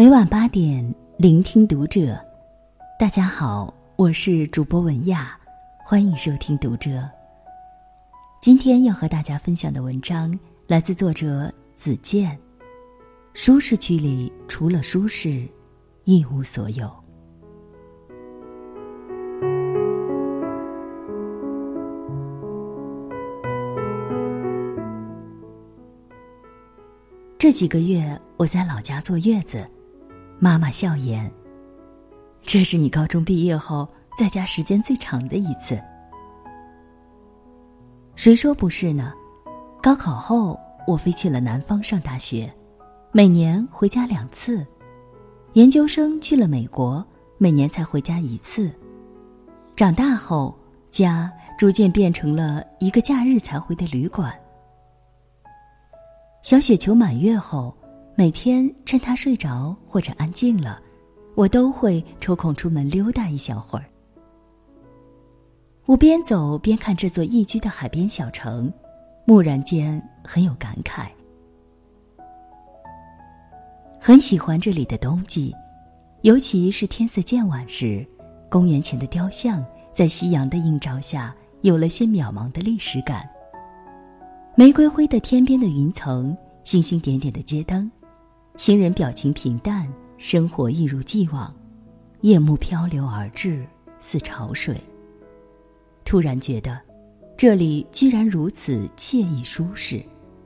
每晚8点，聆听读者。大家好，我是主播文雅，欢迎收听读者。今天要和大家分享的文章来自作者子健。舒适区里除了舒适，一无所有。这几个月我在老家坐月子，妈妈笑言，这是你高中毕业后在家时间最长的一次。谁说不是呢？高考后我飞去了南方上大学，每年回家2次，研究生去了美国，每年才回家1次。长大后，家逐渐变成了一个假日才回的旅馆。小雪球满月后，每天趁她睡着或者安静了，我都会抽空出门溜达一小会儿。我边走边看这座宜居的海边小城，蓦然间很有感慨。很喜欢这里的冬季，尤其是天色渐晚时，公园前的雕像在夕阳的映照下有了些渺茫的历史感。玫瑰灰的天边的云层，星星点点的街灯，行人表情平淡，生活一如既往，夜幕漂流而至，似潮水。突然觉得这里居然如此惬意舒适。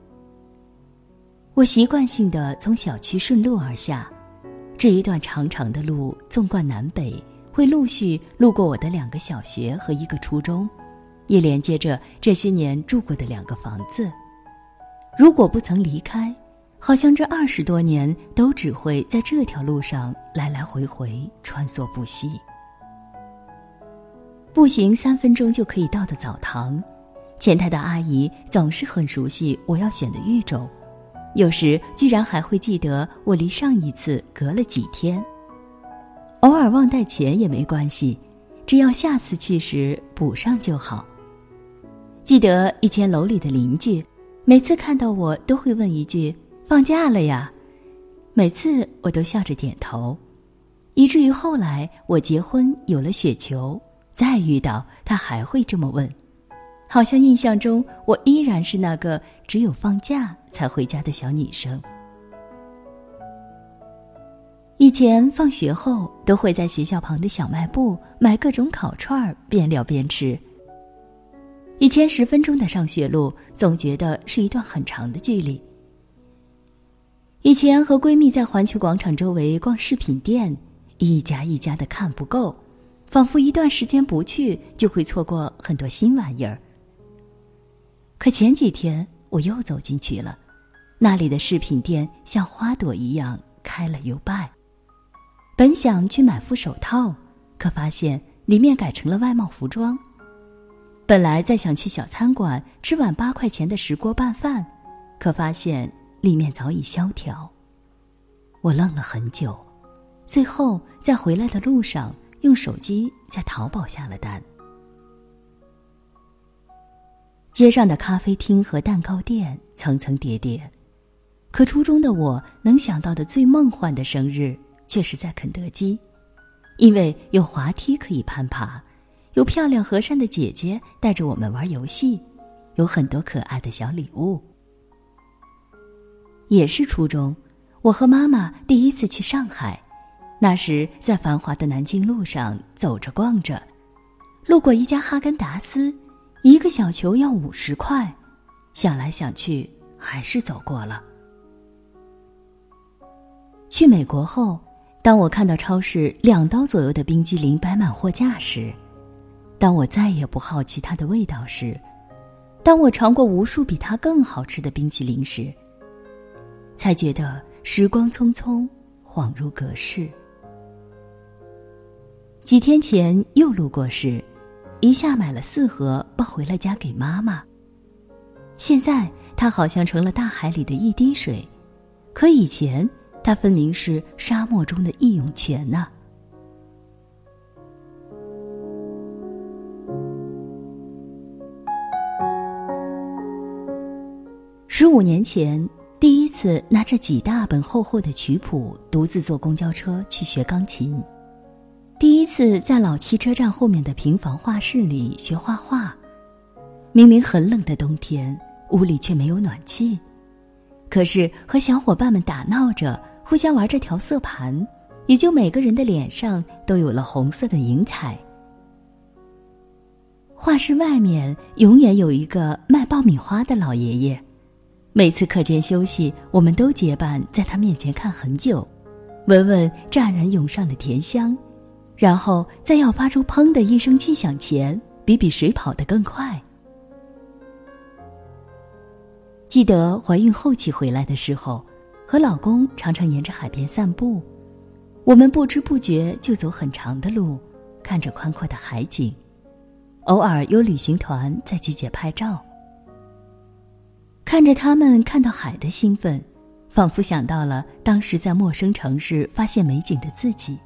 我习惯性地从小区顺路而下，这一段长长的路纵贯南北，会陆续路过我的2个小学和1个初中，也连接着这些年住过的2个房子。如果不曾离开，好像这20多年都只会在这条路上来来回回穿梭不息。步行3分钟就可以到的澡堂，前台的阿姨总是很熟悉我要选的浴种，有时居然还会记得我离上一次隔了几天。偶尔忘带钱也没关系，只要下次去时补上就好。记得以前楼里的邻居，每次看到我都会问一句，放假了呀？每次我都笑着点头，以至于后来我结婚有了雪球，再遇到他还会这么问，好像印象中我依然是那个只有放假才回家的小女生。以前放学后都会在学校旁的小卖部买各种烤串，边聊边吃。以前10分钟的上学路，总觉得是一段很长的距离。以前和闺蜜在环球广场周围逛饰品店，一家一家的看不够，仿佛一段时间不去就会错过很多新玩意儿。可前几天我又走进去了，那里的饰品店像花朵一样开了又败。本想去买副手套，可发现里面改成了外贸服装。本来再想去小餐馆吃碗8块钱的石锅拌饭，可发现里面早已萧条。我愣了很久，最后在回来的路上用手机在淘宝下了单。街上的咖啡厅和蛋糕店层层叠叠，可初中的我能想到的最梦幻的生日却是在肯德基，因为有滑梯可以攀爬，有漂亮和善的姐姐带着我们玩游戏，有很多可爱的小礼物。也是初中，我和妈妈第一次去上海，那时在繁华的南京路上走着逛着，路过一家哈根达斯，1个小球要50块，想来想去还是走过了。去美国后，当我看到超市$2左右的冰激凌摆满货架时，当我再也不好奇它的味道时，当我尝过无数比它更好吃的冰淇淋时，才觉得时光匆匆，恍如隔世。几天前又路过时，一下买了4盒抱回了家给妈妈。现在它好像成了大海里的一滴水，可以前它分明是沙漠中的一涌泉啊。15年前第一次次拿着几大本厚厚的曲谱，独自坐公交车去学钢琴。第一次在老汽车站后面的平房画室里学画画。明明很冷的冬天，屋里却没有暖气，可是和小伙伴们打闹着，互相玩着调色盘，也就每个人的脸上都有了红色的银彩。画室外面永远有一个卖爆米花的老爷爷，每次课间休息，我们都结伴在他面前看很久，闻闻乍然涌上的甜香，然后在要发出砰的一声巨响前，比谁跑得更快。记得怀孕后期回来的时候，和老公常常沿着海边散步，我们不知不觉就走很长的路，看着宽阔的海景，偶尔有旅行团在集结拍照。看着他们看到海的兴奋，仿佛想到了当时在陌生城市发现美景的自己。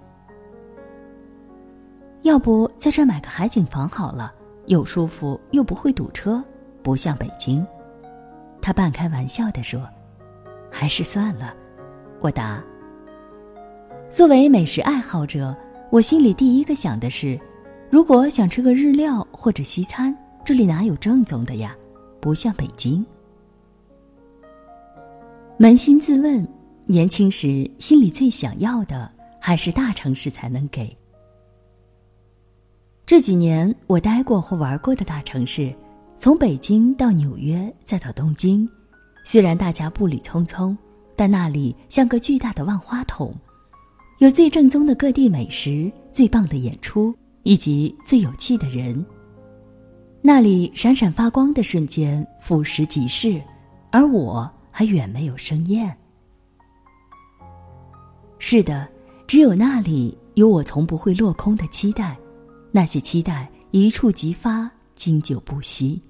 要不在这买个海景房好了，又舒服又不会堵车，不像北京。他半开玩笑地说，还是算了。我答，作为美食爱好者，我心里第一个想的是，如果想吃个日料或者西餐，这里哪有正宗的呀，不像北京。扪心自问，年轻时心里最想要的还是大城市才能给。这几年我待过或玩过的大城市，从北京到纽约再到东京，虽然大家步履匆匆，但那里像个巨大的万花筒，有最正宗的各地美食，最棒的演出，以及最有趣的人。那里闪闪发光的瞬间俯拾即是，而我还远没有生厌。是的，只有那里有我从不会落空的期待，那些期待一触即发，经久不息。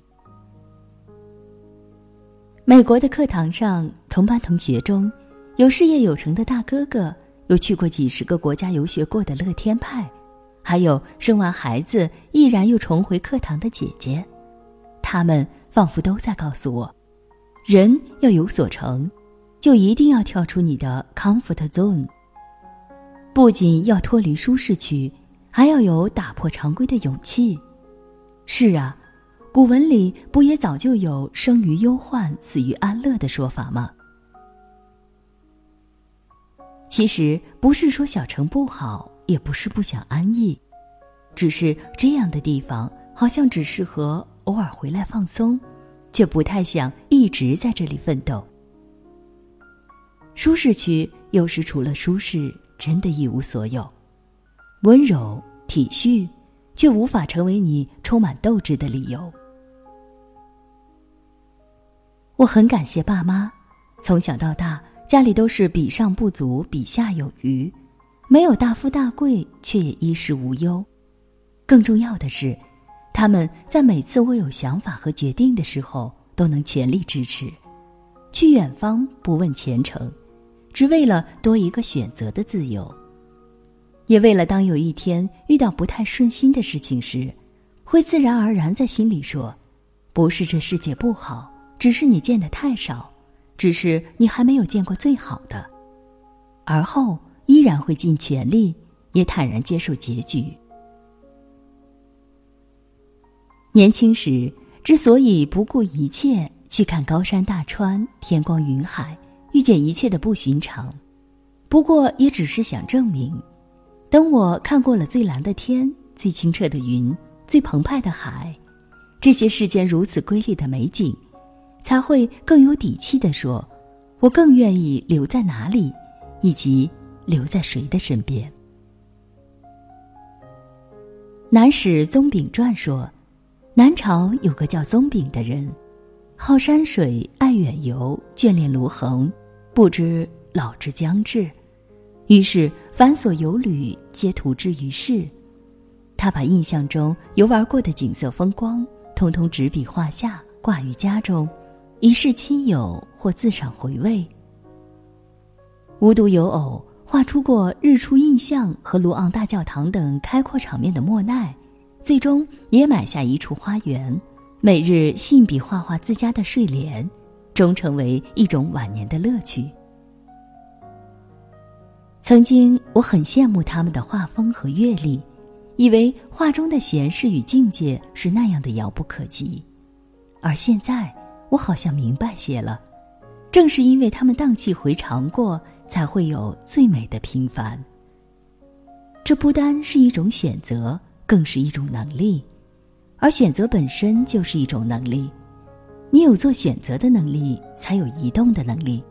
美国的课堂上，同班同学中有事业有成的大哥哥，有去过几10个国家游学过的乐天派，还有生完孩子毅然又重回课堂的姐姐。他们仿佛都在告诉我，人要有所成，就一定要跳出你的 comfort zone， 不仅要脱离舒适区，还要有打破常规的勇气。是啊，古文里不也早就有生于忧患，死于安乐的说法吗？其实不是说小城不好，也不是不想安逸，只是这样的地方好像只适合偶尔回来放松，却不太想一直在这里奋斗。舒适区有时除了舒适，真的一无所有。温柔体恤却无法成为你充满斗志的理由。我很感谢爸妈，从小到大家里都是比上不足，比下有余，没有大富大贵，却也衣食无忧。更重要的是，他们在每次我有想法和决定的时候，都能全力支持。去远方不问前程，只为了多一个选择的自由，也为了当有一天遇到不太顺心的事情时，会自然而然在心里说，不是这世界不好，只是你见得太少，只是你还没有见过最好的，而后依然会尽全力，也坦然接受结局。年轻时之所以不顾一切去看高山大川，天光云海，遇见一切的不寻常，不过也只是想证明，等我看过了最蓝的天，最清澈的云，最澎湃的海，这些世间如此瑰丽的美景，才会更有底气地说，我更愿意留在哪里，以及留在谁的身边。南史宗炳传说，南朝有个叫宗炳的人，好山水，爱远游，眷恋卢衡，不知老之将至，于是凡所游旅皆图之于世。他把印象中游玩过的景色风光统统执笔画下，挂于家中，以示亲友或自赏回味。无独有偶，画出过日出印象和卢昂大教堂等开阔场面的莫奈，最终也买下一处花园，每日信笔画画自家的睡莲， 终成为一种晚年的乐趣。曾经我很羡慕他们的画风和阅历，以为画中的闲适与境界是那样的遥不可及。而现在我好像明白些了，正是因为他们荡气回肠过，才会有最美的平凡。这不单是一种选择，更是一种能力，而选择本身就是一种能力。你有做选择的能力，才有移动的能力。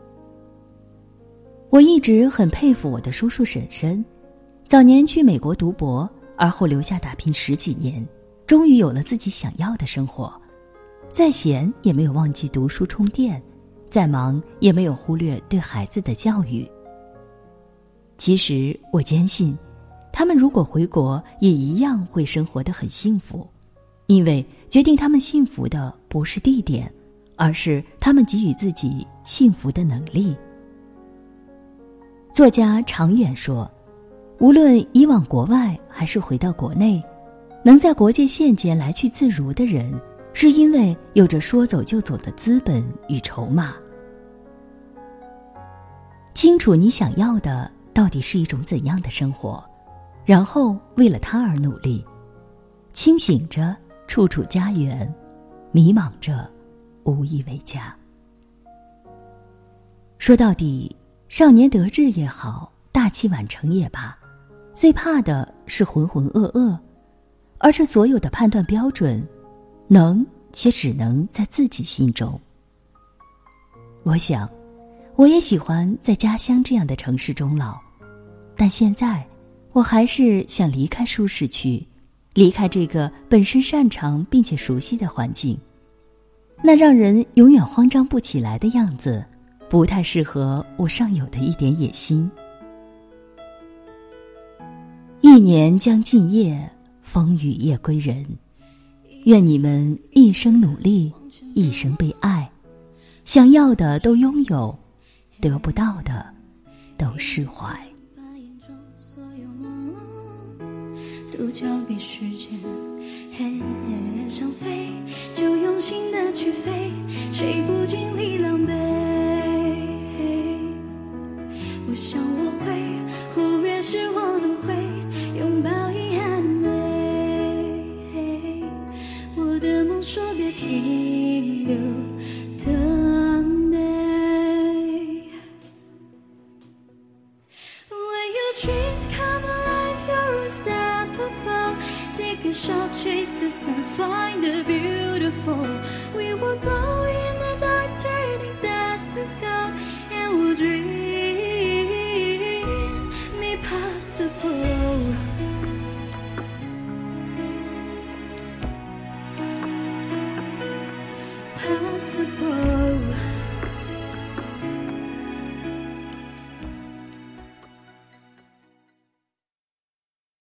我一直很佩服我的叔叔婶婶，早年去美国读博，而后留下打拼10几年，终于有了自己想要的生活。再闲也没有忘记读书充电，再忙也没有忽略对孩子的教育。其实我坚信，他们如果回国，也一样会生活得很幸福，因为决定他们幸福的不是地点，而是他们给予自己幸福的能力。作家常远说，无论以往国外还是回到国内，能在国界线间来去自如的人，是因为有着说走就走的资本与筹码。清楚你想要的到底是一种怎样的生活，然后为了它而努力。清醒着处处家园，迷茫着无以为家。说到底，少年得志也好，大器晚成也罢，最怕的是浑浑噩噩，而这所有的判断标准，能且只能在自己心中。我想，我也喜欢在家乡这样的城市终老，但现在，我还是想离开舒适区，离开这个本身擅长并且熟悉的环境。那让人永远慌张不起来的样子，不太适合我尚有的一点野心。一年将尽夜，风雨夜归人。愿你们一生努力，一生被爱，想要的都拥有，得不到的都释怀。 把眼中所有梦都交给时间，想飞就用心的去飞，谁不经历狼狈？我想我会忽略失望的会，拥抱遗憾美。我的梦说别停留等待。When your dreams come alive, you're unstoppable. Take a shot, chase the sun, find the beautiful. We will glow in the dark, turning dust to gold, and we'll dream possible. Possible.